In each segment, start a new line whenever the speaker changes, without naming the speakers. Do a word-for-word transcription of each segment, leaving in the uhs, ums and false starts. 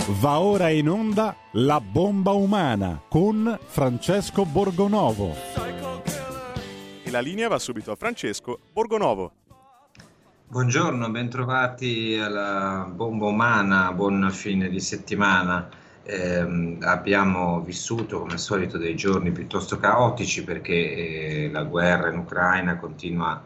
Va ora in onda La bomba umana con Francesco Borgonovo.
E la linea va subito a Francesco Borgonovo.
Buongiorno, bentrovati alla bomba umana, buon fine di settimana. Eh, abbiamo vissuto come al solito dei giorni piuttosto caotici perché eh, la guerra in Ucraina continua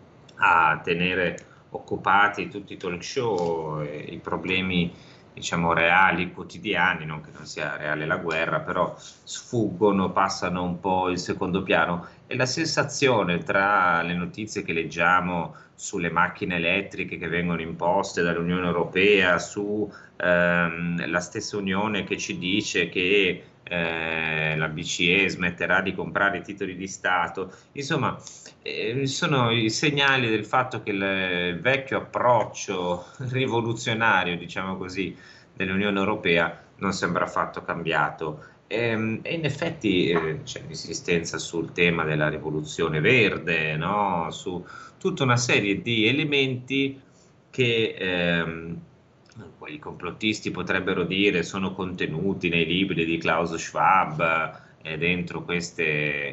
a tenere occupati tutti i talk show, e i problemi diciamo reali, quotidiani, non che non sia reale la guerra, però sfuggono, passano un po' in secondo piano, e la sensazione tra le notizie che leggiamo sulle macchine elettriche che vengono imposte dall'Unione Europea, su ehm, la stessa Unione che ci dice che eh, la B C E smetterà di comprare i titoli di Stato, insomma eh, sono i segnali del fatto che il vecchio approccio rivoluzionario, diciamo così, dell'Unione Europea non sembra affatto cambiato. E, e in effetti eh, c'è l'insistenza sul tema della rivoluzione verde, no? Su tutta una serie di elementi che ehm, poi i complottisti potrebbero dire sono contenuti nei libri di Klaus Schwab e dentro queste eh,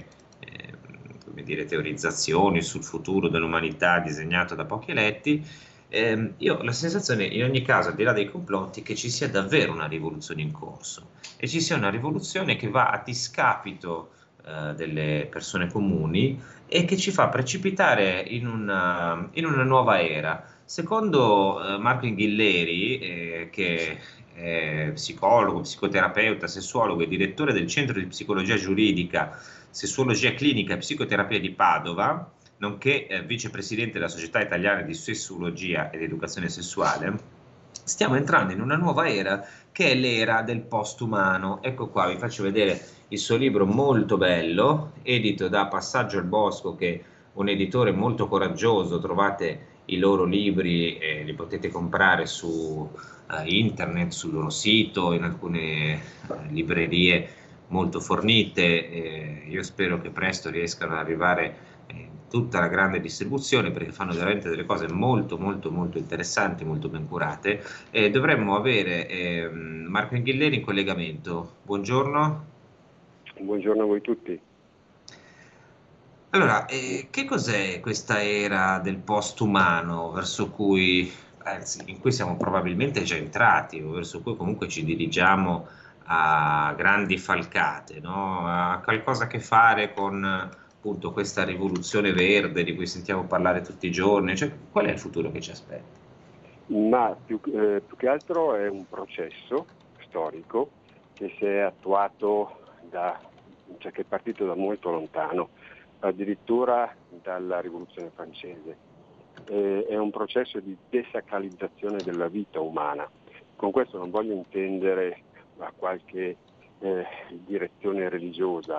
come dire, teorizzazioni sul futuro dell'umanità disegnato da pochi eletti. Eh, io ho la sensazione, in ogni caso, al di là dei complotti, che ci sia davvero una rivoluzione in corso e ci sia una rivoluzione che va a discapito eh, delle persone comuni e che ci fa precipitare in una, in una nuova era. Secondo eh, Marco Inghilleri, eh, che è psicologo, psicoterapeuta, sessuologo e direttore del Centro di Psicologia Giuridica, Sessuologia Clinica e Psicoterapia di Padova, nonché eh, vicepresidente della Società Italiana di Sessuologia ed Educazione Sessuale, stiamo entrando in una nuova era che è l'era del postumano. Ecco qua, vi faccio vedere il suo libro molto bello, edito da Passaggio al Bosco, che è un editore molto coraggioso. Trovate i loro libri e li potete comprare su eh, internet, sul loro sito, in alcune eh, librerie molto fornite. Eh, io spero che presto riescano ad arrivare in tutta la grande distribuzione, perché fanno veramente delle cose molto molto molto interessanti, molto ben curate. Eh, dovremmo avere eh, Marco Inghilleri in collegamento. Buongiorno.
Buongiorno a voi tutti.
Allora, eh, che cos'è questa era del post-umano verso cui, anzi, in cui siamo probabilmente già entrati, o verso cui comunque ci dirigiamo a grandi falcate, no? Ha qualcosa a che fare con appunto questa rivoluzione verde di cui sentiamo parlare tutti i giorni? Cioè, qual è il futuro che ci aspetta?
Ma più, eh, più che altro è un processo storico che si è attuato da, cioè che è partito da molto lontano, addirittura dalla rivoluzione francese. Eh, è un processo di desacralizzazione della vita umana. Con questo non voglio intendere a qualche eh, direzione religiosa,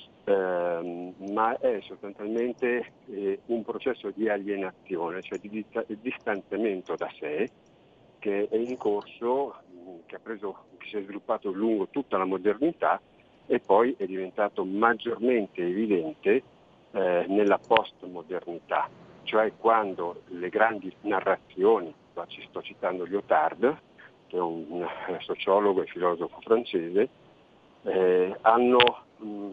eh, ma è sostanzialmente eh, un processo di alienazione, cioè di dista- distanziamento da sé, che è in corso, che, ha preso, che si è sviluppato lungo tutta la modernità e poi è diventato maggiormente evidente eh, nella postmodernità, cioè quando le grandi narrazioni, qua ci sto citando Lyotard, che è un, un sociologo e filosofo francese, eh, hanno, mh,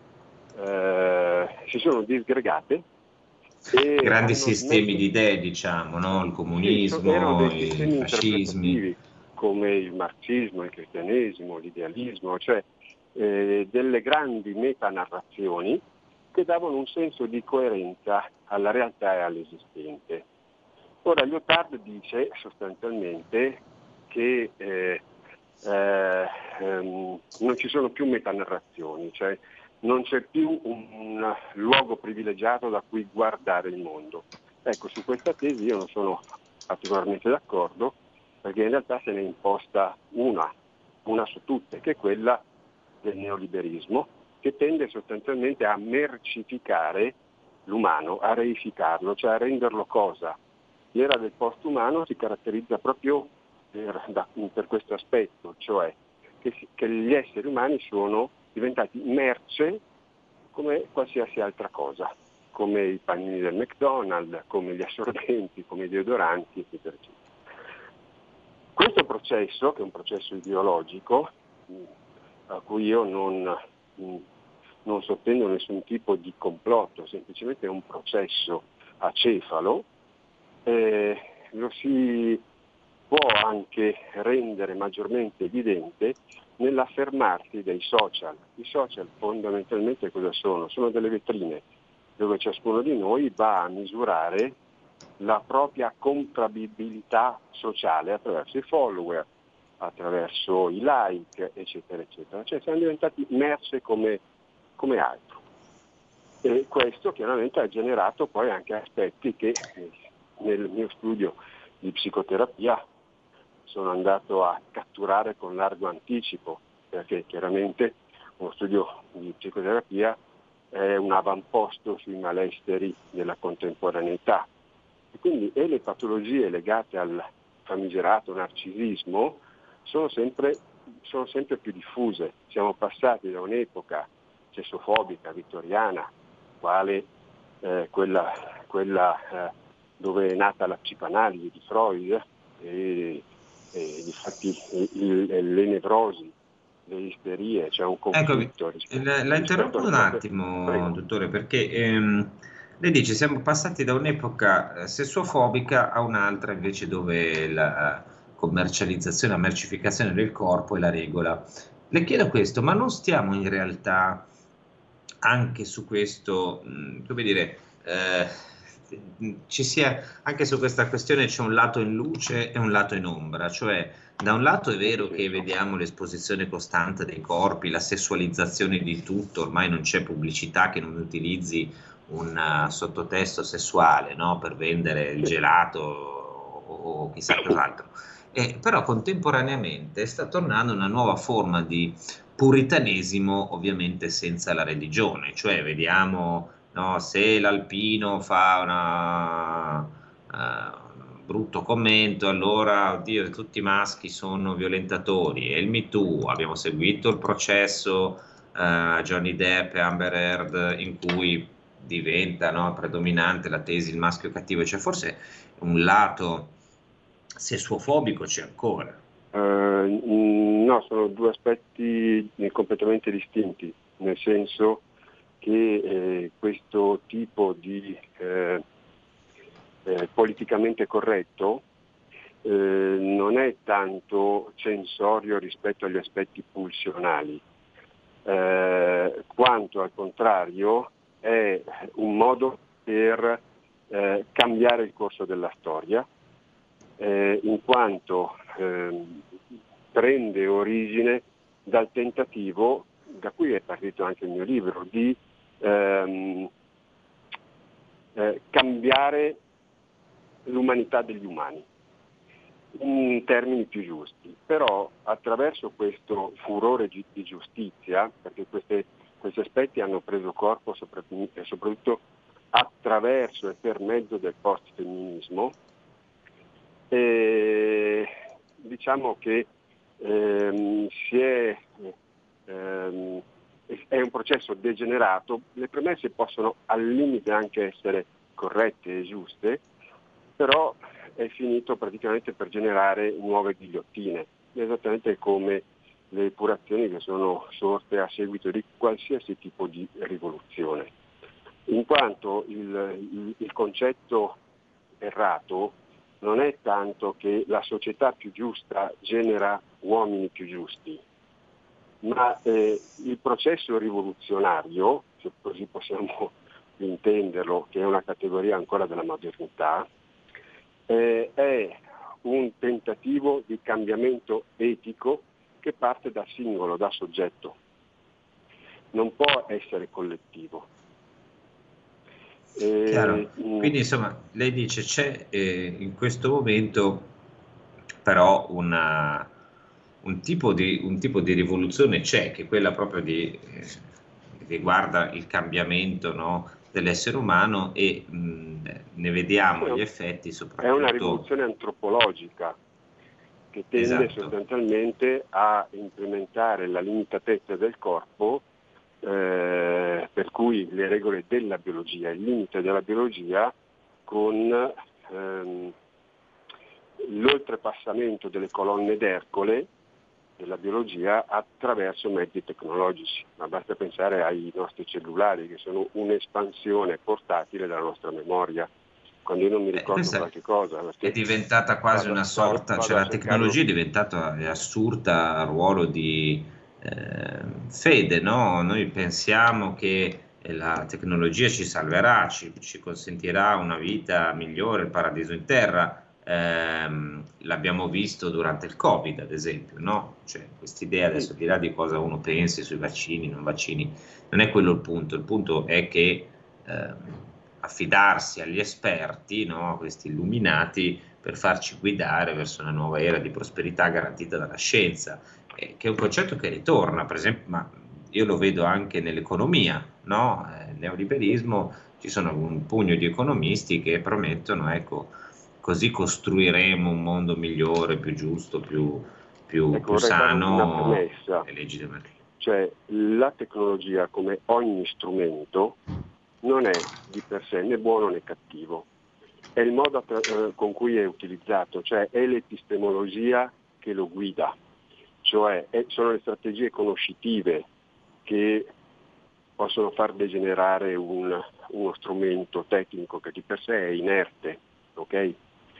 eh, si sono disgregate. E
grandi
hanno
sistemi
smesso...
di idee, diciamo, no? Il
Sì, erano
comunismo,
dei
i
sistemi
fascismi.
interpretativi come il marxismo, il cristianesimo, l'idealismo, cioè eh, delle grandi metanarrazioni che davano un senso di coerenza alla realtà e all'esistente. Ora Lyotard dice sostanzialmente che eh, eh, ehm, non ci sono più metanarrazioni, cioè non c'è più un, un luogo privilegiato da cui guardare il mondo. Ecco, su questa tesi io non sono particolarmente d'accordo, perché in realtà se ne è imposta una, una su tutte, che è quella del neoliberismo, che tende sostanzialmente a mercificare l'umano, a reificarlo, cioè a renderlo cosa. L'era del post-umano si caratterizza proprio per, da, per questo aspetto, cioè che, si, che gli esseri umani sono diventati merce come qualsiasi altra cosa, come i panini del McDonald's, come gli assorbenti, come i deodoranti, eccetera, eccetera. Questo processo, che è un processo ideologico, a cui io non, non sottendo nessun tipo di complotto, semplicemente è un processo acefalo, eh, lo si può anche rendere maggiormente evidente nell'affermarsi dei social. I social fondamentalmente cosa sono? Sono delle vetrine dove ciascuno di noi va a misurare la propria comprabilità sociale attraverso i follower, attraverso i like, eccetera, eccetera. Cioè siamo diventati merce come, come altro. E questo chiaramente ha generato poi anche aspetti che nel mio studio di psicoterapia sono andato a catturare con largo anticipo, perché chiaramente uno studio di psicoterapia è un avamposto sui malesteri della contemporaneità. E quindi e le patologie legate al famigerato narcisismo sono sempre, sono sempre più diffuse. Siamo passati da un'epoca sessofobica, vittoriana, quale eh, quella, quella eh, dove è nata la psicoanalisi di Freud, e, e infatti le nevrosi, le isterie, c'è un conflitto.
Ecco, la, la interrompo un attimo, Prego. Dottore, perché ehm, lei dice siamo passati da un'epoca sessuofobica a un'altra invece dove la commercializzazione, la mercificazione del corpo è la regola. Le chiedo questo, ma non stiamo in realtà anche su questo, mh, come dire, eh, ci sia anche su questa questione c'è un lato in luce e un lato in ombra, cioè da un lato è vero che vediamo l'esposizione costante dei corpi, la sessualizzazione di tutto, ormai non c'è pubblicità che non utilizzi un uh, sottotesto sessuale, no? Per vendere il gelato o, o chissà cos'altro. Eh, però contemporaneamente sta tornando una nuova forma di puritanesimo, ovviamente senza la religione, cioè vediamo, no, se l'alpino fa una uh, brutto commento, allora oddio, tutti i maschi sono violentatori, e il Me Too, abbiamo seguito il processo uh, Johnny Depp e Amber Heard in cui diventa, no, predominante la tesi il maschio cattivo, cioè forse un lato sessuofobico c'è ancora.
Uh, no, sono due aspetti completamente distinti, nel senso che eh, questo tipo di eh, eh, politicamente corretto eh, non è tanto censorio rispetto agli aspetti pulsionali, eh, quanto al contrario è un modo per eh, cambiare il corso della storia, eh, in quanto eh, prende origine dal tentativo, da cui è partito anche il mio libro, di ehm, eh, cambiare l'umanità degli umani in termini più giusti. Però attraverso questo furore di, di giustizia, perché queste, questi aspetti hanno preso corpo soprattutto, soprattutto attraverso e per mezzo del post-femminismo, e diciamo che ehm, si è, ehm, è un processo degenerato. Le premesse possono al limite anche essere corrette e giuste, però è finito praticamente per generare nuove ghigliottine, esattamente come le epurazioni che sono sorte a seguito di qualsiasi tipo di rivoluzione, in quanto il, il, il concetto errato non è tanto che la società più giusta genera uomini più giusti, ma eh, il processo rivoluzionario, se così possiamo intenderlo, che è una categoria ancora della modernità, eh, è un tentativo di cambiamento etico che parte da singolo, da soggetto, non può essere collettivo.
Chiaro. Quindi insomma lei dice c'è eh, in questo momento però una, un, tipo di, un tipo di rivoluzione c'è, che è quella proprio di eh, riguarda il cambiamento, no, dell'essere umano, e mh, ne vediamo gli effetti soprattutto.
È una rivoluzione antropologica che tende
esatto.
sostanzialmente a implementare la limitatezza del corpo, Eh, per cui le regole della biologia, il limite della biologia con, ehm, l'oltrepassamento delle colonne d'Ercole della biologia attraverso mezzi tecnologici, ma basta pensare ai nostri cellulari, che sono un'espansione portatile della nostra memoria. Quando io non mi ricordo
eh,
qualche cosa,
è diventata quasi
vado,
una sorta,
vado,
cioè
vado
la tecnologia è diventata, è assurda al ruolo di eh, fede, no? Noi pensiamo che la tecnologia ci salverà, ci, ci consentirà una vita migliore, il paradiso in terra. Ehm, l'abbiamo visto durante il Covid, ad esempio, no? Cioè, quest'idea adesso, al di là di cosa uno pensi sui vaccini, non vaccini, non è quello il punto. Il punto è che ehm, affidarsi agli esperti, no? Questi illuminati, per farci guidare verso una nuova era di prosperità garantita dalla scienza, eh, che è un concetto che ritorna, per esempio, ma io lo vedo anche nell'economia, no? Eh, il neoliberismo, ci sono un pugno di economisti che promettono, ecco, così costruiremo un mondo migliore, più giusto, più, più,
ecco,
più
vorrei fare una
sano.
premessa,
Le leggi del mercato.
cioè la tecnologia, come ogni strumento, non è di per sé né buono né cattivo, è il modo eh, con cui è utilizzato, cioè è l'epistemologia che lo guida, cioè è, sono le strategie conoscitive che possono far degenerare un, uno strumento tecnico che di per sé è inerte, ok?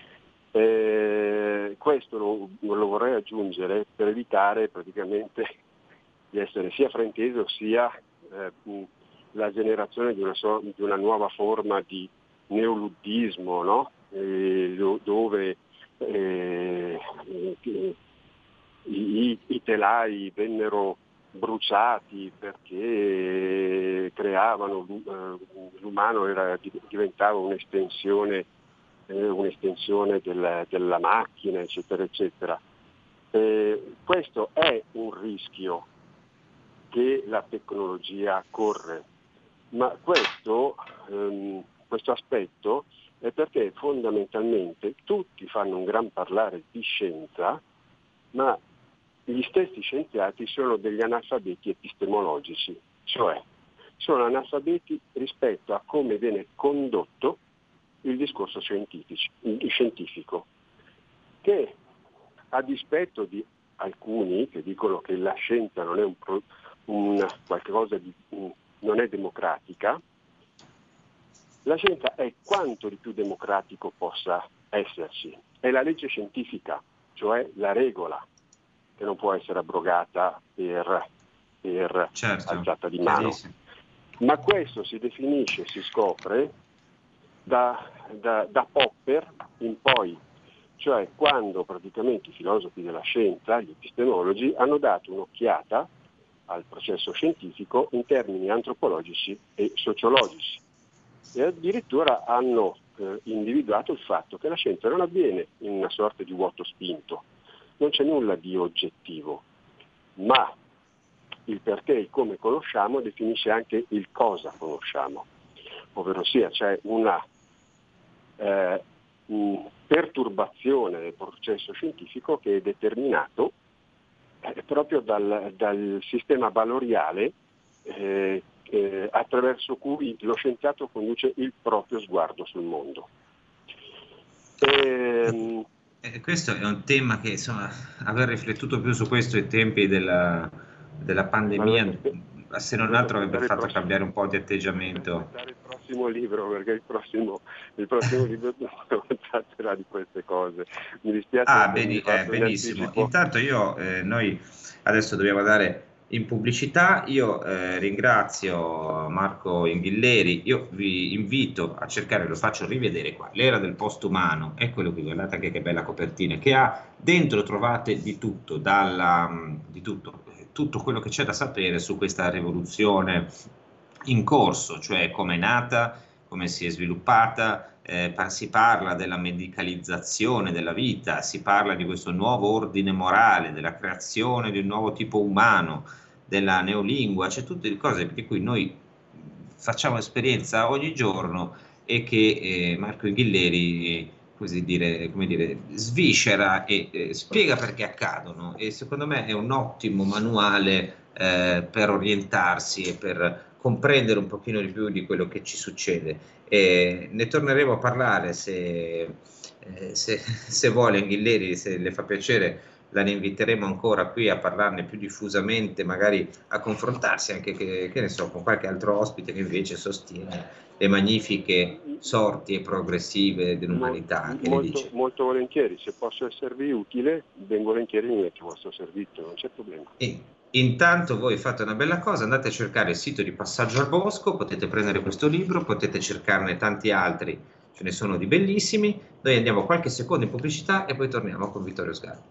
Eh, questo lo, lo vorrei aggiungere per evitare praticamente di essere sia frainteso sia eh, la generazione di una, so, di una nuova forma di neoluddismo, no? Eh, dove eh, i, i telai vennero bruciati perché creavano, l'umano era, diventava un'estensione, eh, un'estensione del, della macchina, eccetera, eccetera. Eh, questo è un rischio che la tecnologia corre, ma questo, ehm, questo aspetto è perché fondamentalmente tutti fanno un gran parlare di scienza, ma gli stessi scienziati sono degli analfabeti epistemologici, cioè sono analfabeti rispetto a come viene condotto il discorso scientifico, che a dispetto di alcuni che dicono che la scienza non è un, un qualcosa di non è democratica, la scienza è quanto di più democratico possa esserci, è la legge scientifica, cioè la regola, che non può essere abrogata per, per
certo,
alzata di mano. Ma questo si definisce, si scopre da, da, da Popper in poi, cioè quando praticamente i filosofi della scienza, gli epistemologi, hanno dato un'occhiata al processo scientifico in termini antropologici e sociologici e addirittura hanno eh, individuato il fatto che la scienza non avviene in una sorta di vuoto spinto, non c'è nulla di oggettivo, ma il perché e il come conosciamo definisce anche il cosa conosciamo, ovvero sia c'è una eh, perturbazione del processo scientifico che è determinato eh, proprio dal, dal sistema valoriale eh, eh, attraverso cui lo scienziato conduce il proprio sguardo sul mondo.
E... Eh, questo è un tema che, insomma, aver riflettuto più su questo ai tempi della, della pandemia, se non altro avrebbe fatto prossimo, cambiare un po' di atteggiamento.
Il prossimo libro, perché il prossimo, il prossimo libro tratterà di queste cose. Mi dispiace.
Ah, beni, eh, benissimo. Intanto io, eh, noi adesso dobbiamo andare in pubblicità. Io eh, ringrazio Marco Inghilleri, io vi invito a cercare, lo faccio rivedere qua, l'era del postumano, è quello qui, guardate anche che bella copertina che ha, dentro trovate di tutto, dalla, di tutto, tutto quello che c'è da sapere su questa rivoluzione in corso, cioè come è nata, come si è sviluppata, eh, si parla della medicalizzazione della vita, si parla di questo nuovo ordine morale, della creazione di un nuovo tipo umano, della neolingua, c'è tutte le cose di cui noi facciamo esperienza ogni giorno e che eh, Marco Inghilleri così dire, come dire, sviscera e eh, spiega perché accadono, e secondo me è un ottimo manuale eh, per orientarsi e per comprendere un pochino di più di quello che ci succede. E ne torneremo a parlare se eh, se, se vuole Inghilleri, se le fa piacere, la ne inviteremo ancora qui a parlarne più diffusamente, magari a confrontarsi anche che, che ne so, con qualche altro ospite che invece sostiene le magnifiche sorti e progressive dell'umanità. Che ne dice?
Molto, molto volentieri, se posso esservi utile, ben volentieri mi metto a vostro servizio, non c'è problema.
E intanto voi fate una bella cosa, andate a cercare il sito di Passaggio al Bosco, potete prendere questo libro, potete cercarne tanti altri, ce ne sono di bellissimi. Noi andiamo qualche secondo in pubblicità e poi torniamo con Vittorio Sgarbi.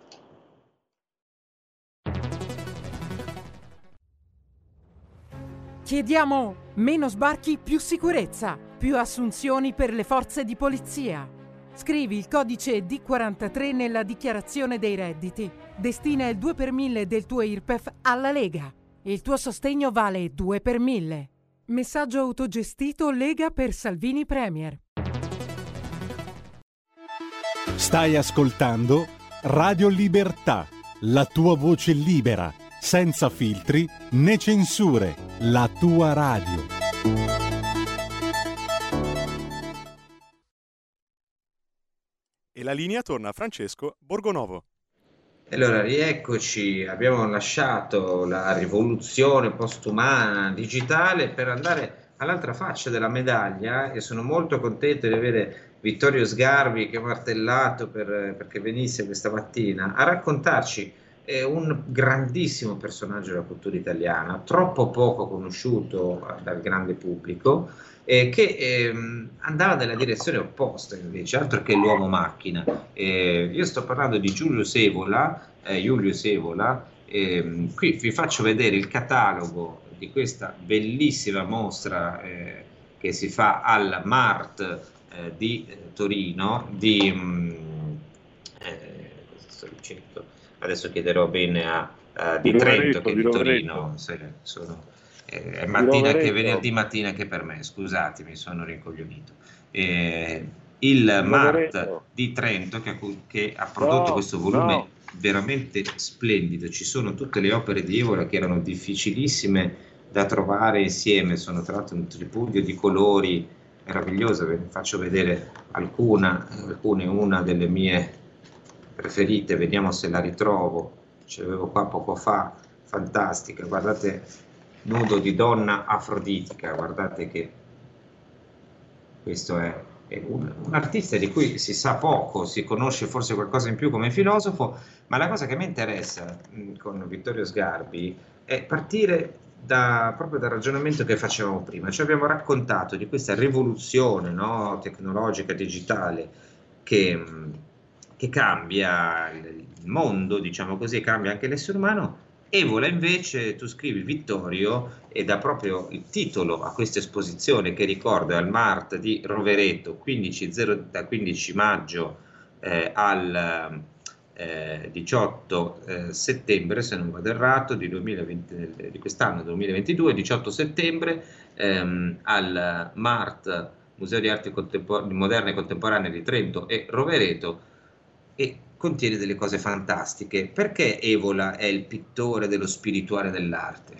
Chiediamo meno sbarchi, più sicurezza, più assunzioni per le forze di polizia. Scrivi il codice D quarantatré nella dichiarazione dei redditi. Destina il due per mille del tuo I R P E F alla Lega. Il tuo sostegno vale due per mille. Messaggio autogestito Lega per Salvini Premier.
Stai ascoltando Radio Libertà, la tua voce libera, senza filtri né censure, la tua radio.
E la linea torna a Francesco Borgonovo.
Allora, rieccoci, abbiamo lasciato la rivoluzione postumana digitale per andare all'altra faccia della medaglia e sono molto contento di avere Vittorio Sgarbi che ha martellato per, perché venisse questa mattina a raccontarci eh, un grandissimo personaggio della cultura italiana, troppo poco conosciuto dal grande pubblico, eh, che eh, andava nella direzione opposta invece, altro che l'uomo macchina. Eh, io sto parlando di Julius Evola, eh, Julius Evola, eh, qui vi faccio vedere il catalogo di questa bellissima mostra eh, che si fa al Mart eh, di eh, Torino, di, mh, eh, sto dicendo, adesso chiederò bene a, a di, di Trento che di, di Torino, se, sono, eh, è mattina che venerdì mattina che per me, scusatemi, sono rincoglionito. Eh, il Mart di Trento che, che ha prodotto no, questo volume no. veramente splendido, ci sono tutte le opere di Evola che erano difficilissime da trovare insieme, sono tra l'altro un tripudio di colori meraviglioso, ve ne faccio vedere alcuna, alcune, una delle mie preferite, vediamo se la ritrovo, ce l'avevo qua poco fa, fantastica, guardate, nudo di donna afroditica, guardate che questo è, è un, un artista di cui si sa poco, si conosce forse qualcosa in più come filosofo, ma la cosa che mi interessa mh, con Vittorio Sgarbi è partire da, proprio dal ragionamento che facevamo prima, cioè abbiamo raccontato di questa rivoluzione, no, tecnologica, digitale, che, che cambia il mondo, diciamo così, cambia anche l'essere umano. Evola invece, tu scrivi Vittorio, e dà proprio il titolo a questa esposizione che ricorda al Mart di Rovereto, quindici, zero, da quindici maggio eh, al eh, diciotto eh, settembre, se non vado errato, di, duemilaventi, di quest'anno duemilaventidue, diciotto settembre, ehm, al Mart, Museo di Arte Contempor- Moderne e Contemporanee di Trento e Rovereto, e contiene delle cose fantastiche. Perché Evola è il pittore dello spirituale dell'arte?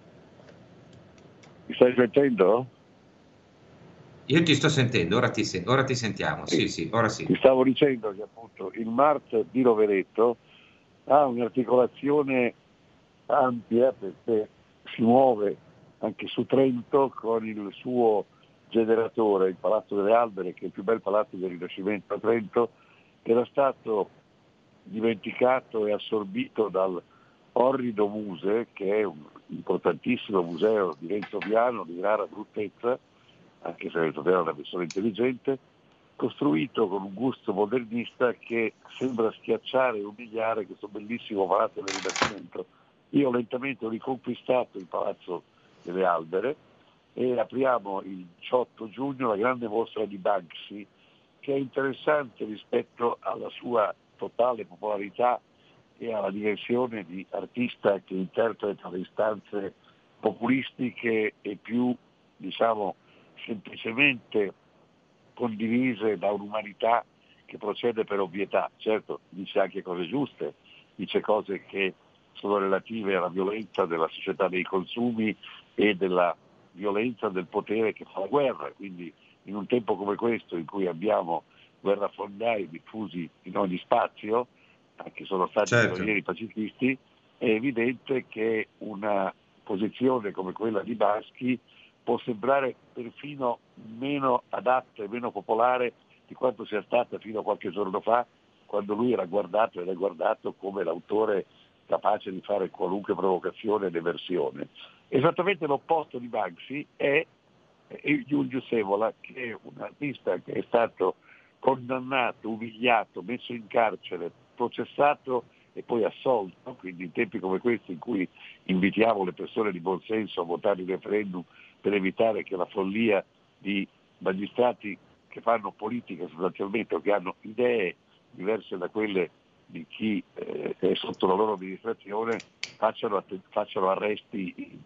Mi stai sentendo?
Io ti sto sentendo, ora ti, se- ora ti sentiamo, sì, sì, ora sì.
Ti stavo dicendo che appunto il Mart di Rovereto ha un'articolazione ampia perché si muove anche su Trento con il suo generatore, il Palazzo delle Albere, che è il più bel palazzo del Rinascimento a Trento, che era stato dimenticato e assorbito dal Orrido Muse, che è un importantissimo museo di Renzo Piano di rara bruttezza, anche se Renzo Piano è una persona intelligente, costruito con un gusto modernista che sembra schiacciare e umiliare questo bellissimo palazzo del Rinascimento. Io lentamente ho riconquistato il Palazzo delle Albere e apriamo il diciotto giugno la grande mostra di Banksy, che è interessante rispetto alla sua totale popolarità e alla dimensione di artista che interpreta le istanze populistiche e più, diciamo, semplicemente condivise da un'umanità che procede per ovvietà. Certo, dice anche cose giuste, dice cose che sono relative alla violenza della società dei consumi e della violenza del potere che fa la guerra, quindi in un tempo come questo in cui abbiamo guerrafondai diffusi in ogni spazio, anche sono stati
certo.
guerrieri pacifisti, è evidente che una posizione come quella di Bansky può sembrare perfino meno adatta e meno popolare di quanto sia stata fino a qualche giorno fa, quando lui era guardato ed è guardato come l'autore capace di fare qualunque provocazione ed eversione. Esattamente l'opposto di Banksy è Julius Evola, che è un artista che è stato condannato, umiliato, messo in carcere, processato e poi assolto, quindi in tempi come questi in cui invitiamo le persone di buon senso a votare il referendum per evitare che la follia di magistrati che fanno politica sostanzialmente o che hanno idee diverse da quelle di chi eh, è sotto la loro amministrazione facciano, facciano arresti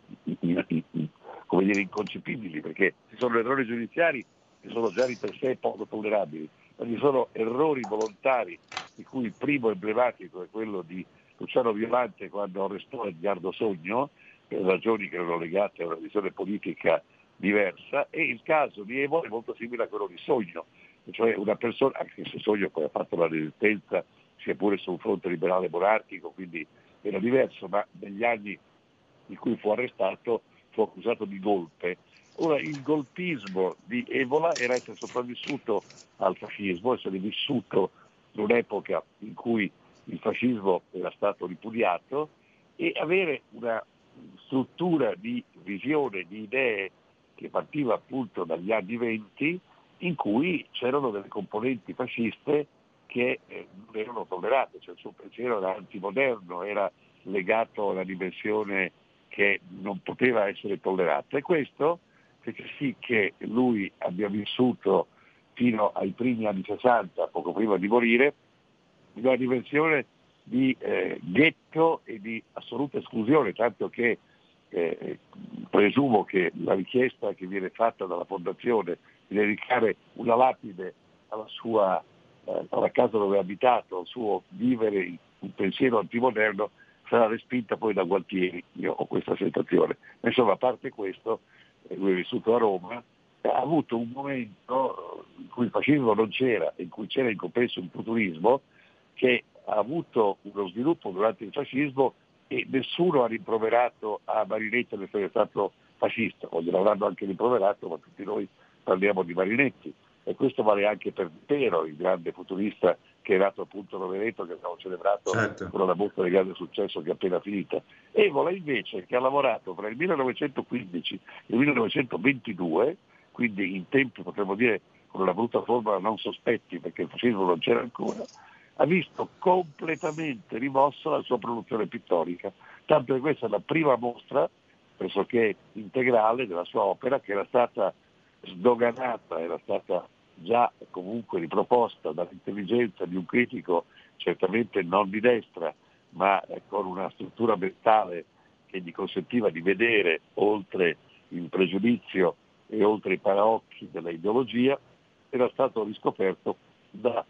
come dire, inconcepibili, perché ci sono errori giudiziari che sono già di per sé poco tollerabili, ma ci sono errori volontari, di cui il primo emblematico è quello di Luciano Violante quando arrestò Edgardo Sogno per ragioni che erano legate a una visione politica diversa, e il caso di Evola è molto simile a quello di Sogno, cioè una persona, anche se Sogno poi ha fatto la resistenza sia pure su un fronte liberale monarchico, quindi era diverso, ma negli anni in cui fu arrestato fu accusato di golpe. Ora, il golpismo di Evola era essere sopravvissuto al fascismo, essere vissuto in un'epoca in cui il fascismo era stato ripudiato e avere una struttura di visione, di idee che partiva appunto dagli anni venti, in cui c'erano delle componenti fasciste che eh, non erano tollerate, cioè il suo pensiero era antimoderno, era legato a una dimensione che non poteva essere tollerata, e questo fece sì che lui abbia vissuto fino ai primi anni sessanta, poco prima di morire, in una dimensione di eh, ghetto e di assoluta esclusione, tanto che eh, presumo che la richiesta che viene fatta dalla Fondazione di dedicare una lapide alla sua eh, alla casa dove ha abitato, al suo vivere un pensiero antimoderno, sarà respinta poi da Gualtieri, io ho questa sensazione. Insomma, a parte questo, eh, lui è vissuto a Roma, ha avuto un momento in cui il fascismo non c'era, in cui c'era in compenso un futurismo che ha avuto uno sviluppo durante il fascismo, e nessuno ha rimproverato a Marinetti di essere stato fascista, o gliel'avranno anche rimproverato, ma tutti noi parliamo di Marinetti, e questo vale anche per Pero, il grande futurista che è nato appunto a Rovereto, che abbiamo celebrato certo. con una mostra di grande successo che è appena finita. Evola invece, che ha lavorato tra il millenovecentoquindici e il millenovecentoventidue, quindi in tempi potremmo dire con una brutta forma non sospetti, perché il fascismo non c'era ancora, ha visto completamente rimossa la sua produzione pittorica, tanto che questa è la prima mostra pressoché integrale della sua opera, che era stata sdoganata, era stata già comunque riproposta dall'intelligenza di un critico certamente non di destra, ma con una struttura mentale che gli consentiva di vedere oltre il pregiudizio e oltre i paraocchi della ideologia. Era stato riscoperto da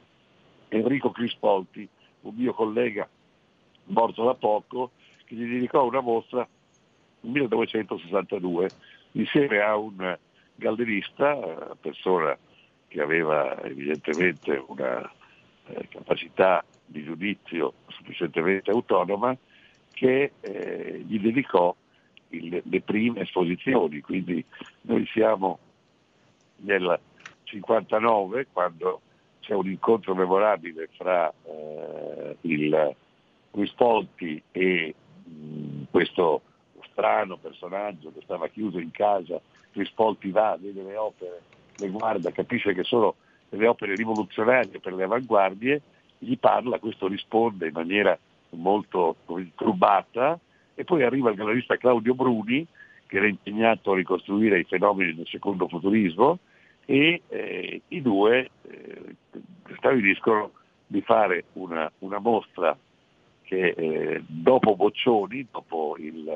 Enrico Crispolti, un mio collega morto da poco, che gli dedicò una mostra nel millenovecentosessantadue insieme a un gallerista, persona che aveva evidentemente una eh, capacità di giudizio sufficientemente autonoma, che eh, gli dedicò il, le prime esposizioni. Quindi noi siamo nel cinquantanove, quando c'è un incontro memorabile fra eh, il Crispolti e mh, questo strano personaggio che stava chiuso in casa. Crispolti va, vede le opere, le guarda, capisce che sono delle opere rivoluzionarie per le avanguardie, gli parla, questo risponde in maniera molto turbata, e poi arriva il gallerista Claudio Bruni, che era impegnato a ricostruire i fenomeni del secondo futurismo, e eh, i due eh, stabiliscono di fare una, una mostra che eh, dopo Boccioni, dopo il,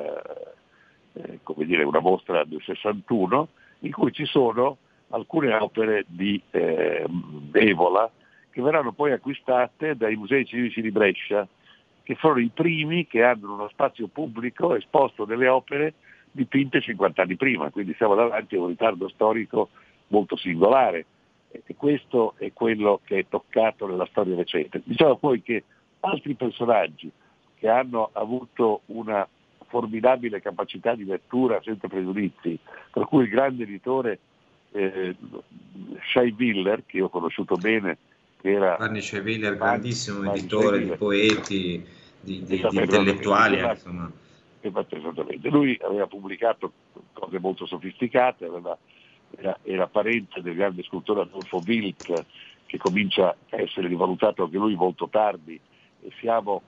eh, come dire, una mostra del sessantuno, in cui ci sono alcune opere di eh, Evola che verranno poi acquistate dai musei civici di Brescia, che sono i primi che hanno uno spazio pubblico esposto delle opere dipinte cinquanta anni prima, quindi siamo davanti a un ritardo storico molto singolare. E questo è quello che è toccato nella storia recente. Diciamo poi che altri personaggi che hanno avuto una formidabile capacità di lettura senza pregiudizi, tra cui il grande editore eh, Shai Willer, che io ho conosciuto bene, che era
Vanni Shai-Willer, grandissimo
Vanni
editore
Shai-Willer.
di poeti, di, di, di
Esattamente,
intellettuali,
esatto.
insomma.
Esattamente. Lui aveva pubblicato cose molto sofisticate, aveva, era, era parente del grande scultore Adolfo Wild, che comincia a essere rivalutato anche lui molto tardi, e siamo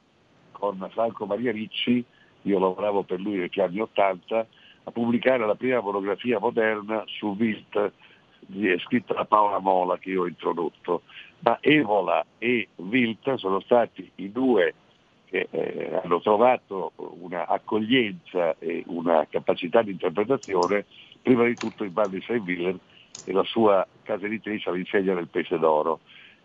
con Franco Maria Ricci, io lavoravo per lui negli anni Ottanta, a pubblicare la prima monografia moderna su Wild, scritta da Paola Mola, che io ho introdotto. Ma Evola e Wild sono stati i due che eh, hanno trovato una accoglienza e una capacità di interpretazione, prima di tutto in Vanni Shai-Willer e la sua casa editrice all'insegna del Pesce d'Oro.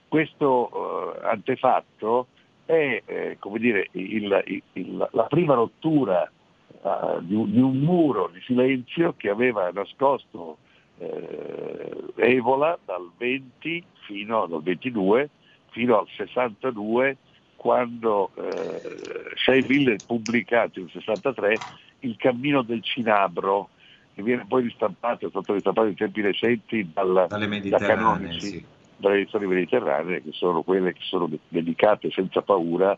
Questo eh, antefatto è eh, come dire, il, il, il, la prima rottura uh, di, un, di un muro di silenzio che aveva nascosto eh, Evola dal venti fino dal ventidue fino al sessantadue, quando eh, Shai-Willer ha pubblicato nel sessantatré Il cammino del cinabro, che viene poi ristampato, è stato ristampato in tempi recenti dal,
dalle
da Canonici,
sì.
dalle edizioni mediterranee, che sono quelle che sono dedicate senza paura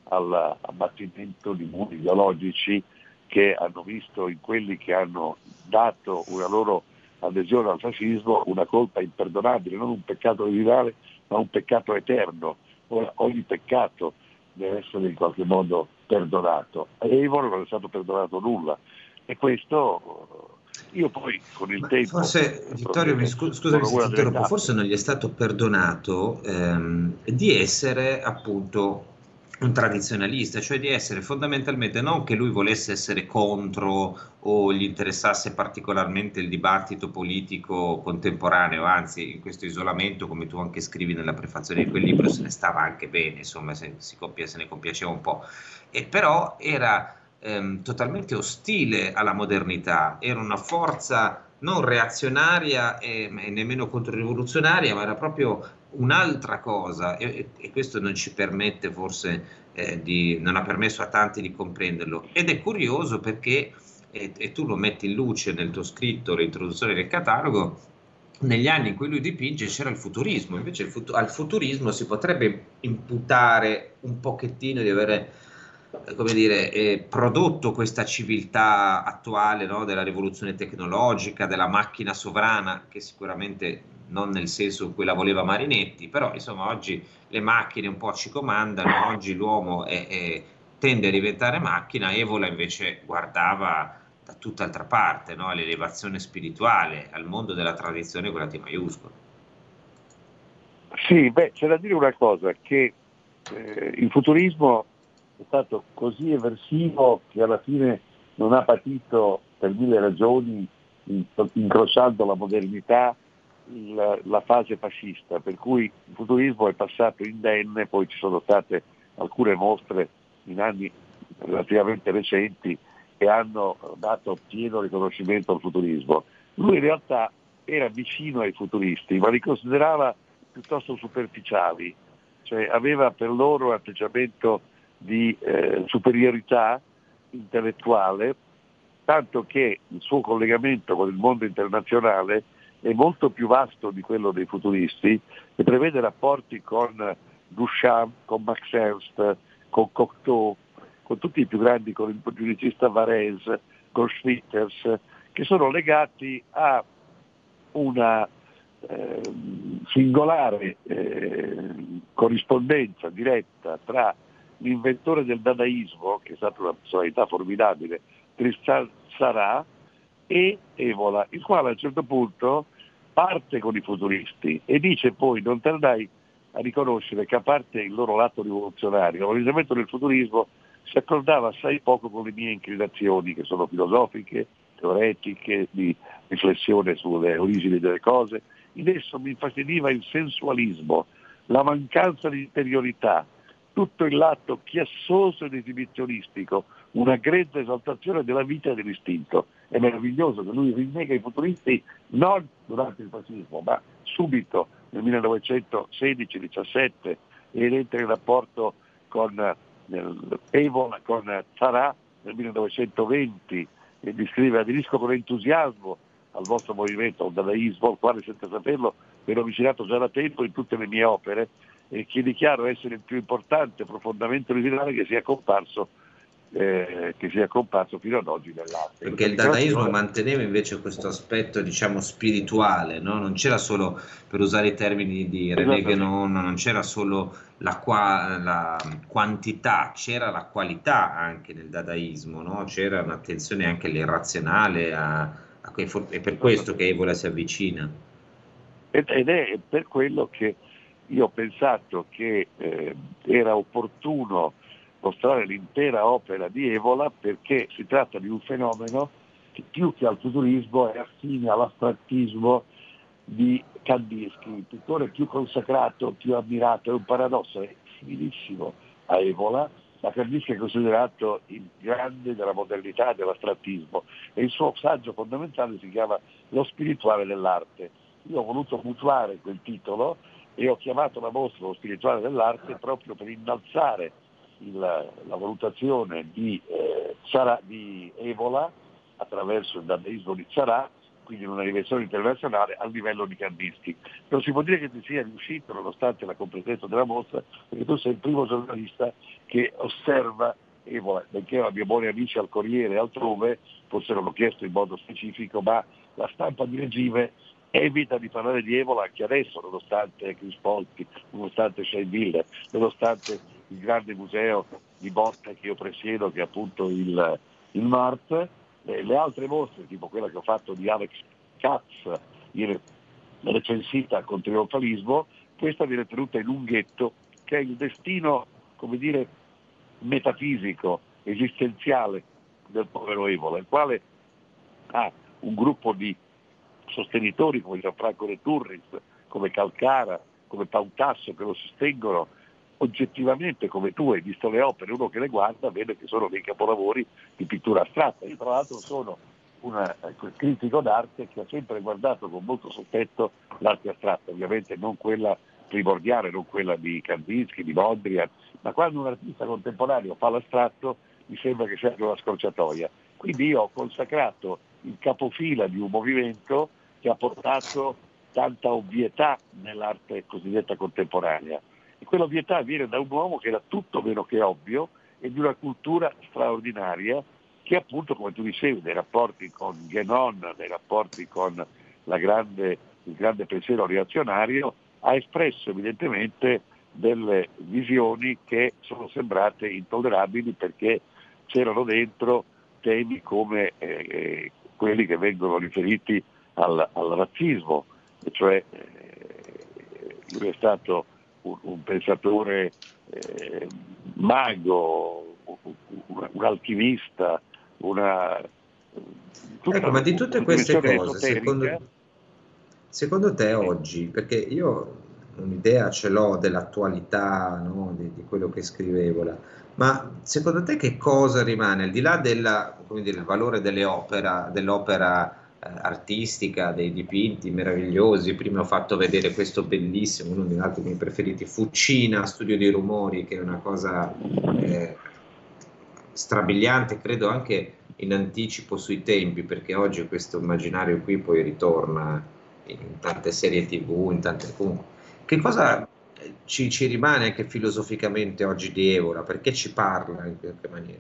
all'abbattimento di muri ideologici che hanno visto in quelli che hanno dato una loro adesione al fascismo una colpa imperdonabile, non un peccato originale, ma un peccato eterno. Ora, ogni peccato deve essere in qualche modo perdonato. A Evola non è stato perdonato nulla, e questo io poi con il
Ma
tempo...
forse, Vittorio, mi scu- scusami se ti interrompo, forse non gli è stato perdonato ehm, di essere appunto un tradizionalista, cioè di essere fondamentalmente, non che lui volesse essere contro o gli interessasse particolarmente il dibattito politico contemporaneo, anzi in questo isolamento, come tu anche scrivi nella prefazione di quel libro, se ne stava anche bene, insomma se, si compia, se ne compiaceva un po', e però era ehm, totalmente ostile alla modernità, era una forza non reazionaria e, e nemmeno controrivoluzionaria, ma era proprio un'altra cosa, e, e questo non ci permette forse eh, di, non ha permesso a tanti di comprenderlo, ed è curioso perché, e, e tu lo metti in luce nel tuo scritto, l'introduzione del catalogo, negli anni in cui lui dipinge c'era il futurismo, invece il fut- al futurismo si potrebbe imputare un pochettino di avere, come dire, eh, prodotto questa civiltà attuale, no? Della rivoluzione tecnologica, della macchina sovrana, che sicuramente non nel senso in cui la voleva Marinetti, però insomma oggi le macchine un po' ci comandano, oggi l'uomo è, è, tende a diventare macchina. Evola invece guardava da tutt'altra parte, no? All'elevazione spirituale, al mondo della tradizione con la T maiuscola.
Sì, beh, c'è da dire una cosa, che eh, il futurismo è stato così eversivo che alla fine non ha patito per mille ragioni, incrociando la modernità, il, la fase fascista, per cui il futurismo è passato indenne. Poi ci sono state alcune mostre in anni relativamente recenti che hanno dato pieno riconoscimento al futurismo. Lui in realtà era vicino ai futuristi, ma li considerava piuttosto superficiali, cioè aveva per loro un atteggiamento di eh, superiorità intellettuale, tanto che il suo collegamento con il mondo internazionale è molto più vasto di quello dei futuristi, e prevede rapporti con Duchamp, con Max Ernst, con Cocteau, con tutti i più grandi, con il pugilicista Varese, con Schwitters, che sono legati a una eh, singolare eh, corrispondenza diretta tra l'inventore del dadaismo, che è stata una personalità formidabile, Tristan Tzara, e Evola, il quale a un certo punto parte con i futuristi e dice poi, non tardai a riconoscere che a parte il loro lato rivoluzionario, l'orientamento del futurismo si accordava assai poco con le mie inclinazioni, che sono filosofiche, teoretiche, di riflessione sulle origini delle cose. In esso mi infastidiva il sensualismo, la mancanza di interiorità, tutto il lato chiassoso ed esibizionistico, una grezza esaltazione della vita e dell'istinto. È meraviglioso che lui rinnega i futuristi non durante il fascismo, ma subito nel millenovecentosedici diciassette ed entra in rapporto con nel, Evola, con Zarà nel millenovecentoventi e descrive, aderisco con entusiasmo al vostro movimento, al dadaismo, al quale senza saperlo mi ero avvicinato già da tempo in tutte le mie opere e che dichiaro essere il più importante, profondamente originale che sia comparso Eh, che sia comparso fino ad oggi nell'arte.
Perché il dadaismo manteneva invece questo aspetto, diciamo, spirituale, no? Non c'era solo, per usare i termini di René Guénon, non c'era solo la, qua, la quantità, c'era la qualità anche nel dadaismo, no? C'era un'attenzione anche all'irrazionale, a, a quei for- è per questo che Evola si avvicina.
Ed, ed è per quello che io ho pensato che eh, era opportuno mostrare l'intera opera di Evola, perché si tratta di un fenomeno che più che al futurismo è affine all'astrattismo di Kandinsky, il pittore più consacrato, più ammirato. È un paradosso, è similissimo a Evola, ma Kandinsky è considerato il grande della modernità dell'astrattismo e il suo saggio fondamentale si chiama Lo spirituale dell'arte. Io ho voluto mutuare quel titolo e ho chiamato la mostra Lo spirituale dell'arte proprio per innalzare Il, la valutazione di, eh, Zarà, di Evola attraverso il dadaismo di Zarà, quindi in una dimensione internazionale al livello di Kandinsky. Non si può dire che ti sia riuscito nonostante la completezza della mostra, perché tu sei il primo giornalista che osserva Evola, benché abbia buoni amici al Corriere e altrove, forse non l'ho chiesto in modo specifico, ma la stampa di regime evita di parlare di Evola anche adesso, nonostante Chris Polti, nonostante Shane Miller, nonostante il grande museo di botte che io presiedo, che è appunto il, il MART. Eh, le altre mostre, tipo quella che ho fatto di Alex Katz, viene recensita con trionfalismo, questa viene tenuta in un ghetto, che è il destino, come dire, metafisico, esistenziale del povero Evola, il quale ha un gruppo di sostenitori come Gianfranco De Turris, come Calcara, come Pautasso, che lo sostengono oggettivamente. Come tu hai visto le opere, uno che le guarda vede che sono dei capolavori di pittura astratta. Io tra l'altro sono un critico d'arte che ha sempre guardato con molto sospetto l'arte astratta, ovviamente non quella primordiale, non quella di Kandinsky, di Mondrian, ma quando un artista contemporaneo fa l'astratto mi sembra che sia una scorciatoia. Quindi io ho consacrato il capofila di un movimento che ha portato tanta ovvietà nell'arte cosiddetta contemporanea. E quell'ovvietà viene da un uomo che era tutto meno che ovvio e di una cultura straordinaria che appunto, come tu dicevi, nei rapporti con Guénon, nei rapporti con la grande, il grande pensiero reazionario, ha espresso evidentemente delle visioni che sono sembrate intollerabili perché c'erano dentro temi come eh, quelli che vengono riferiti al, al razzismo, cioè eh, lui è stato un, un pensatore eh, mago, un, un alchimista, una...
Ecco, ma di tutte queste cose, secondo, secondo te oggi, perché io un'idea ce l'ho dell'attualità, no, di, di quello che scrive Evola, ma secondo te che cosa rimane, al di là della, come dire, il valore delle opera, dell'opera eh, artistica, dei dipinti meravigliosi? Prima ho fatto vedere questo bellissimo, uno degli altri miei preferiti, Fucina, Studio dei rumori, che è una cosa eh, strabiliante, credo anche in anticipo sui tempi, perché oggi questo immaginario qui poi ritorna in tante serie tv, in tante... Comunque, che cosa ci, ci rimane anche filosoficamente oggi di Evola? Perché ci parla in qualche maniera?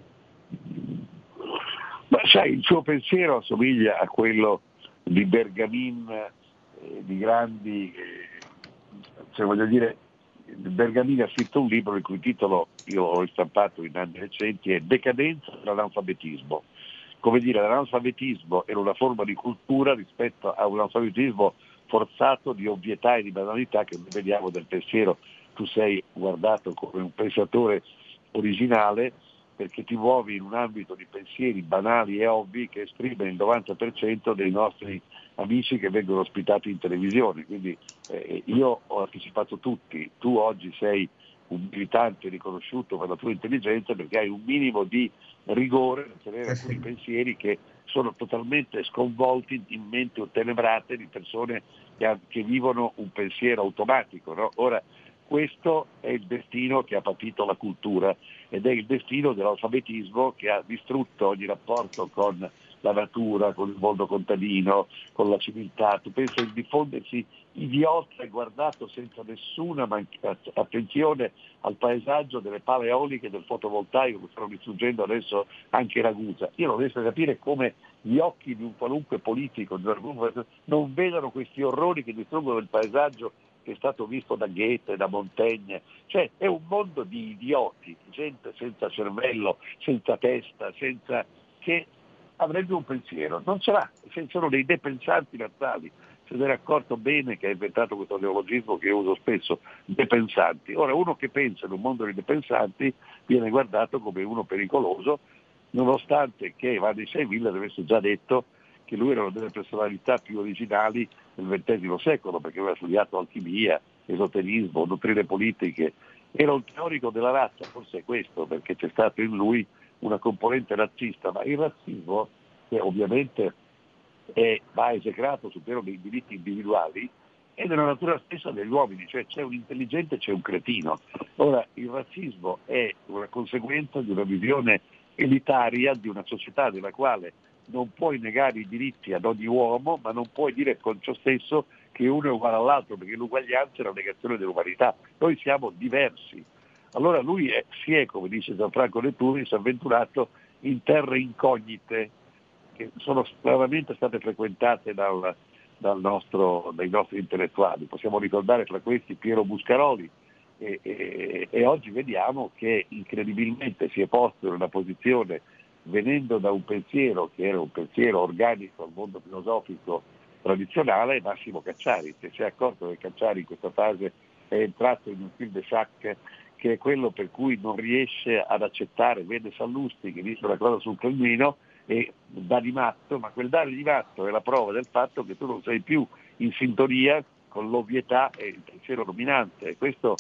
Ma sai, il suo pensiero assomiglia a quello di Bergamin, eh, di grandi, eh, cioè voglio dire, Bergamin ha scritto un libro il cui titolo io ho ristampato in anni recenti, è Decadenza dell'analfabetismo. Come dire, l'analfabetismo era una forma di cultura rispetto a un analfabetismo forzato di ovvietà e di banalità che noi vediamo del pensiero. Tu sei guardato come un pensatore originale perché ti muovi in un ambito di pensieri banali e ovvi che esprime il novanta per cento dei nostri amici che vengono ospitati in televisione. Quindi eh, io ho anticipato tutti, tu oggi sei un militante riconosciuto per la tua intelligenza perché hai un minimo di rigore nel tenere alcuni pensieri che sono totalmente sconvolti in menti ottenebrate di persone che, ha, che vivono un pensiero automatico, no? Ora, questo è il destino che ha patito la cultura ed è il destino dell'alfabetismo che ha distrutto ogni rapporto con la natura, con il mondo contadino, con la civiltà. Tu pensi il diffondersi idiota e guardato senza nessuna man- attenzione al paesaggio delle pale eoliche del fotovoltaico che stanno distruggendo adesso anche Ragusa. Io non riesco a capire come gli occhi di un qualunque politico non vedano questi orrori che distruggono il paesaggio che è stato visto da Goethe, da Montaigne. Cioè è un mondo di idioti, gente senza cervello, senza testa, senza che avrebbe un pensiero, non ce l'ha, sono dei depensanti natali. Se ne era accorto bene che ha inventato questo neologismo che io uso spesso, depensanti. Ora, uno che pensa in un mondo di depensanti viene guardato come uno pericoloso, nonostante che Vanni Sevilla avesse già detto che lui era una delle personalità più originali del ventesimo secolo, perché aveva studiato alchimia, esoterismo, dottrine politiche, era un teorico della razza, forse è questo, perché c'è stato in lui una componente razzista, ma il razzismo, che ovviamente è, va esecrato sul piano dei diritti individuali, è nella natura stessa degli uomini, cioè c'è un intelligente e c'è un cretino. Ora, il razzismo è una conseguenza di una visione elitaria di una società nella quale non puoi negare i diritti ad ogni uomo, ma non puoi dire con ciò stesso che uno è uguale all'altro, perché l'uguaglianza è la negazione dell'umanità. Noi siamo diversi. Allora lui è, si è, come dice Gianfranco Netturis, avventurato in terre incognite che sono raramente state frequentate dal, dal nostro, dai nostri intellettuali. Possiamo ricordare tra questi Piero Buscaroli e, e, e oggi vediamo che incredibilmente si è posto in una posizione, venendo da un pensiero che era un pensiero organico al mondo filosofico tradizionale, Massimo Cacciari. Se si è accorto che Cacciari in questa fase è entrato in un film de Jacques, che è quello per cui non riesce ad accettare, vede Sallusti che dice una cosa sul cammino e dà di matto, ma quel dare di matto è la prova del fatto che tu non sei più in sintonia con l'ovvietà e il pensiero dominante, e questo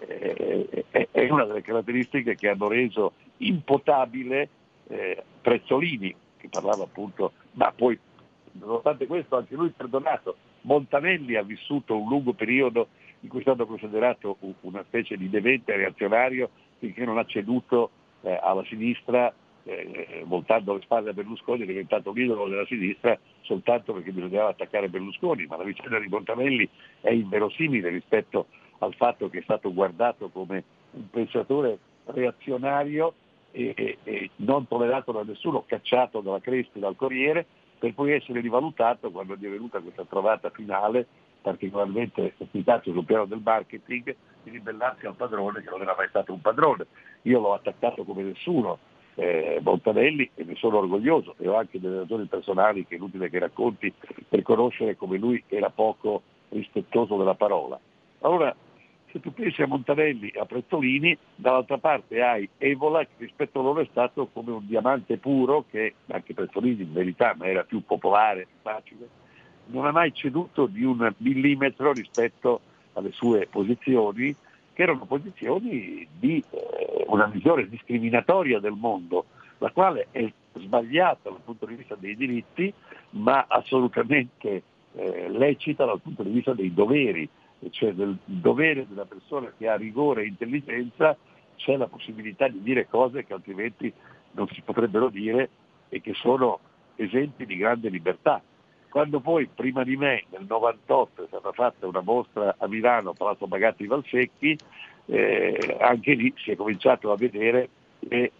è, è, è una delle caratteristiche che hanno reso impotabile eh, Prezzolini, che parlava appunto, ma poi nonostante questo anche lui perdonato. Montanelli ha vissuto un lungo periodo in cui è stato considerato una specie di demente reazionario finché non ha ceduto eh, alla sinistra, eh, voltando le spalle a Berlusconi, è diventato l'idolo della sinistra soltanto perché bisognava attaccare Berlusconi, ma la vicenda di Montanelli è inverosimile rispetto al fatto che è stato guardato come un pensatore reazionario e, e, e non tollerato da nessuno, cacciato dalla Crespi, dal Corriere, per poi essere rivalutato quando gli è venuta questa trovata finale particolarmente efficace sul piano del marketing, di ribellarsi al padrone che non era mai stato un padrone. Io l'ho attaccato come nessuno, eh, Montanelli, e ne sono orgoglioso, e ho anche delle ragioni personali che è inutile che racconti per conoscere come lui era poco rispettoso della parola. Allora, se tu pensi a Montanelli e a Prezzolini, dall'altra parte hai Evola che rispetto a loro è stato come un diamante puro, che anche Prezzolini in verità ma era più popolare, più facile, non ha mai ceduto di un millimetro rispetto alle sue posizioni, che erano posizioni di eh, una visione discriminatoria del mondo, la quale è sbagliata dal punto di vista dei diritti, ma assolutamente eh, lecita dal punto di vista dei doveri, cioè del dovere della persona che ha rigore e intelligenza. C'è la possibilità di dire cose che altrimenti non si potrebbero dire e che sono esempi di grande libertà. Quando poi prima di me nel novantotto è stata fatta una mostra a Milano, Palazzo Bagatti Valsecchi, eh, anche lì si è cominciato a vedere che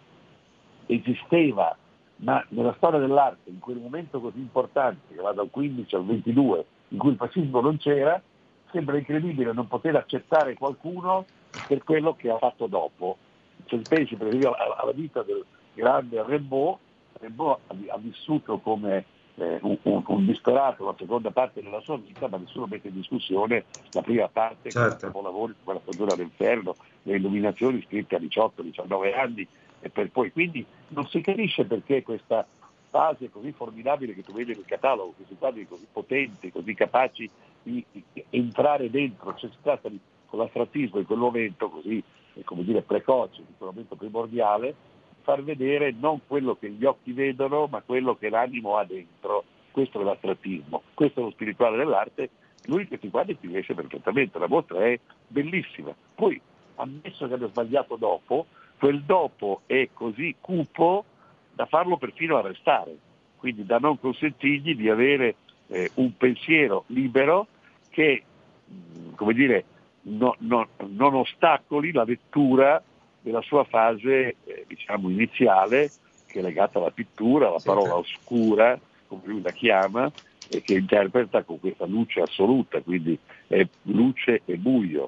esisteva, ma nella storia dell'arte, in quel momento così importante, che va dal quindici al ventidue, in cui il fascismo non c'era, sembra incredibile non poter accettare qualcuno per quello che ha fatto dopo. Se pensi per esempio alla vita del grande Rimbaud, Rimbaud ha vissuto come eh, un, un, un disperato la seconda parte della sua vita, ma nessuno mette in discussione la prima parte, certo, con i lavori come La stagione dell'inferno, le illuminazioni scritte a diciotto diciannove anni, e per poi quindi non si capisce perché questa fase così formidabile che tu vedi nel catalogo, questi quadri così potenti, così capaci di, di entrare dentro, cioè si tratta di, con l'astrattismo in quel momento così, come dire, precoce, in quel momento primordiale, far vedere non quello che gli occhi vedono, ma quello che l'animo ha dentro. Questo è l'astrattismo, questo è lo spirituale dell'arte, lui questi quadri ti riesce perfettamente, la mostra è bellissima. Poi, ammesso che abbia sbagliato dopo, quel dopo è così cupo da farlo perfino arrestare, quindi da non consentirgli di avere eh, un pensiero libero che, come dire, no, no, non ostacoli la lettura della sua fase eh, diciamo iniziale, che è legata alla pittura, alla parola oscura, come lui la chiama, e che interpreta con questa luce assoluta, quindi è luce e buio.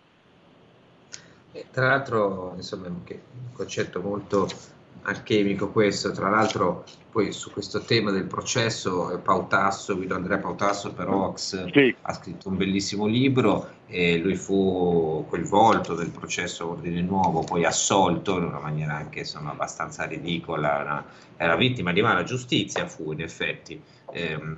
E tra l'altro, insomma, è un concetto molto alchemico questo. Tra l'altro poi su questo tema del processo Pautasso, Guido Andrea Pautasso per Ox, sì, ha scritto un bellissimo libro, e lui fu coinvolto nel processo Ordine Nuovo, poi assolto in una maniera anche insomma abbastanza ridicola, una, era vittima di mala giustizia, fu in effetti, ehm,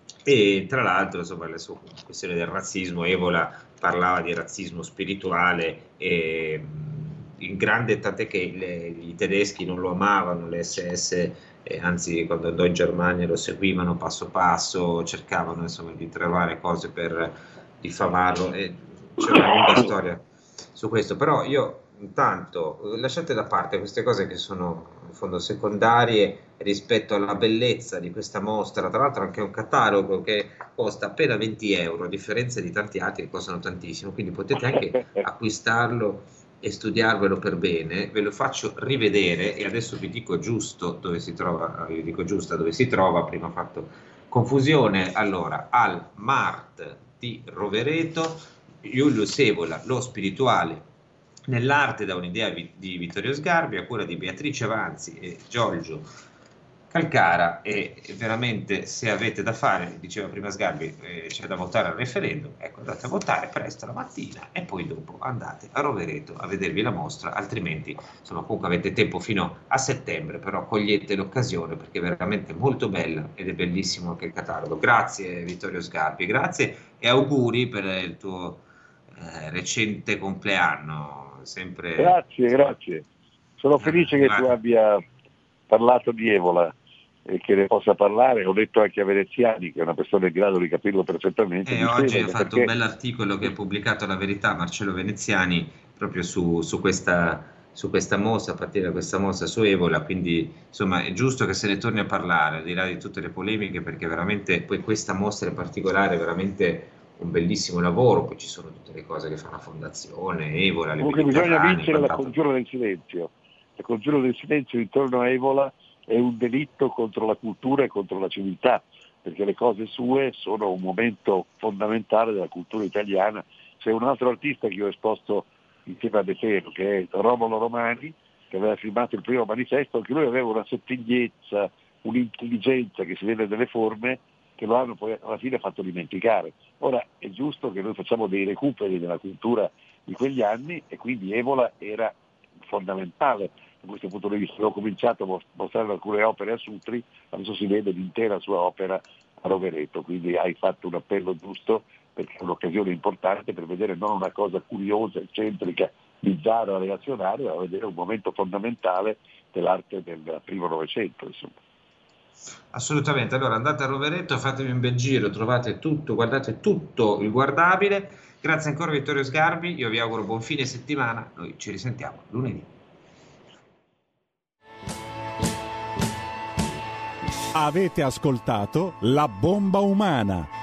e tra l'altro insomma la sua questione del razzismo, Evola parlava di razzismo spirituale, e in grande, tant'è che le, i tedeschi non lo amavano, le esse esse, eh, anzi quando andò in Germania lo seguivano passo passo, cercavano insomma di trovare cose per diffamarlo, e c'è una lunga storia su questo. Però io intanto lasciate da parte queste cose che sono in fondo secondarie rispetto alla bellezza di questa mostra. Tra l'altro anche un catalogo che costa appena venti euro, a differenza di tanti altri che costano tantissimo, quindi potete anche acquistarlo e studiarvelo per bene. Ve lo faccio rivedere e adesso vi dico giusto dove si trova, vi dico giusta dove si trova, prima ho fatto confusione. Allora, al Mart di Rovereto, Julius Evola, lo spirituale nell'arte, da un'idea di Vittorio Sgarbi, a cura di Beatrice Avanzi e Giorgio Calcara. E veramente, se avete da fare, diceva prima Sgarbi, eh, c'è da votare al referendum, ecco, andate a votare presto la mattina e poi dopo andate a Rovereto a vedervi la mostra, altrimenti insomma comunque avete tempo fino a settembre, però cogliete l'occasione perché è veramente molto bella ed è bellissimo anche il catalogo. Grazie Vittorio Sgarbi, grazie e auguri per il tuo eh, recente compleanno. Sempre... Grazie,
grazie. Sono felice eh, che tu abbia parlato di Evola e che ne possa parlare. Ho detto anche a Veneziani, che è una persona in grado di capirlo perfettamente.
E oggi ha fatto perché... un bell'articolo che ha pubblicato La Verità, Marcello Veneziani, proprio su, su, questa, su questa mostra, a partire da questa mostra su Evola, quindi insomma è giusto che se ne torni a parlare, al di là di tutte le polemiche, perché veramente poi questa mostra in particolare è veramente un bellissimo lavoro. Poi ci sono tutte le cose che fa la fondazione Evola, le
comunque bisogna vincere la congiura del silenzio. La congiura del silenzio intorno a Evola è un delitto contro la cultura e contro la civiltà, perché le cose sue sono un momento fondamentale della cultura italiana. C'è un altro artista che io ho esposto insieme a De Feo, che è Romolo Romani, che aveva firmato il primo manifesto. Anche lui aveva una sottigliezza, un'intelligenza che si vede nelle forme, che lo hanno poi alla fine fatto dimenticare. Ora è giusto che noi facciamo dei recuperi della cultura di quegli anni, e quindi Evola era fondamentale da questo punto di vista. Ho cominciato a mostrare alcune opere a Sutri, adesso si vede l'intera sua opera a Rovereto, quindi hai fatto un appello giusto, perché è un'occasione importante per vedere non una cosa curiosa, eccentrica, bizzarra, reazionaria, ma vedere un momento fondamentale dell'arte del primo Novecento, insomma.
Assolutamente. Allora andate a Rovereto, fatevi un bel giro, trovate tutto, guardate tutto il guardabile. Grazie ancora Vittorio Sgarbi, io vi auguro buon fine settimana, noi ci risentiamo lunedì.
Avete ascoltato La Bomba Umana,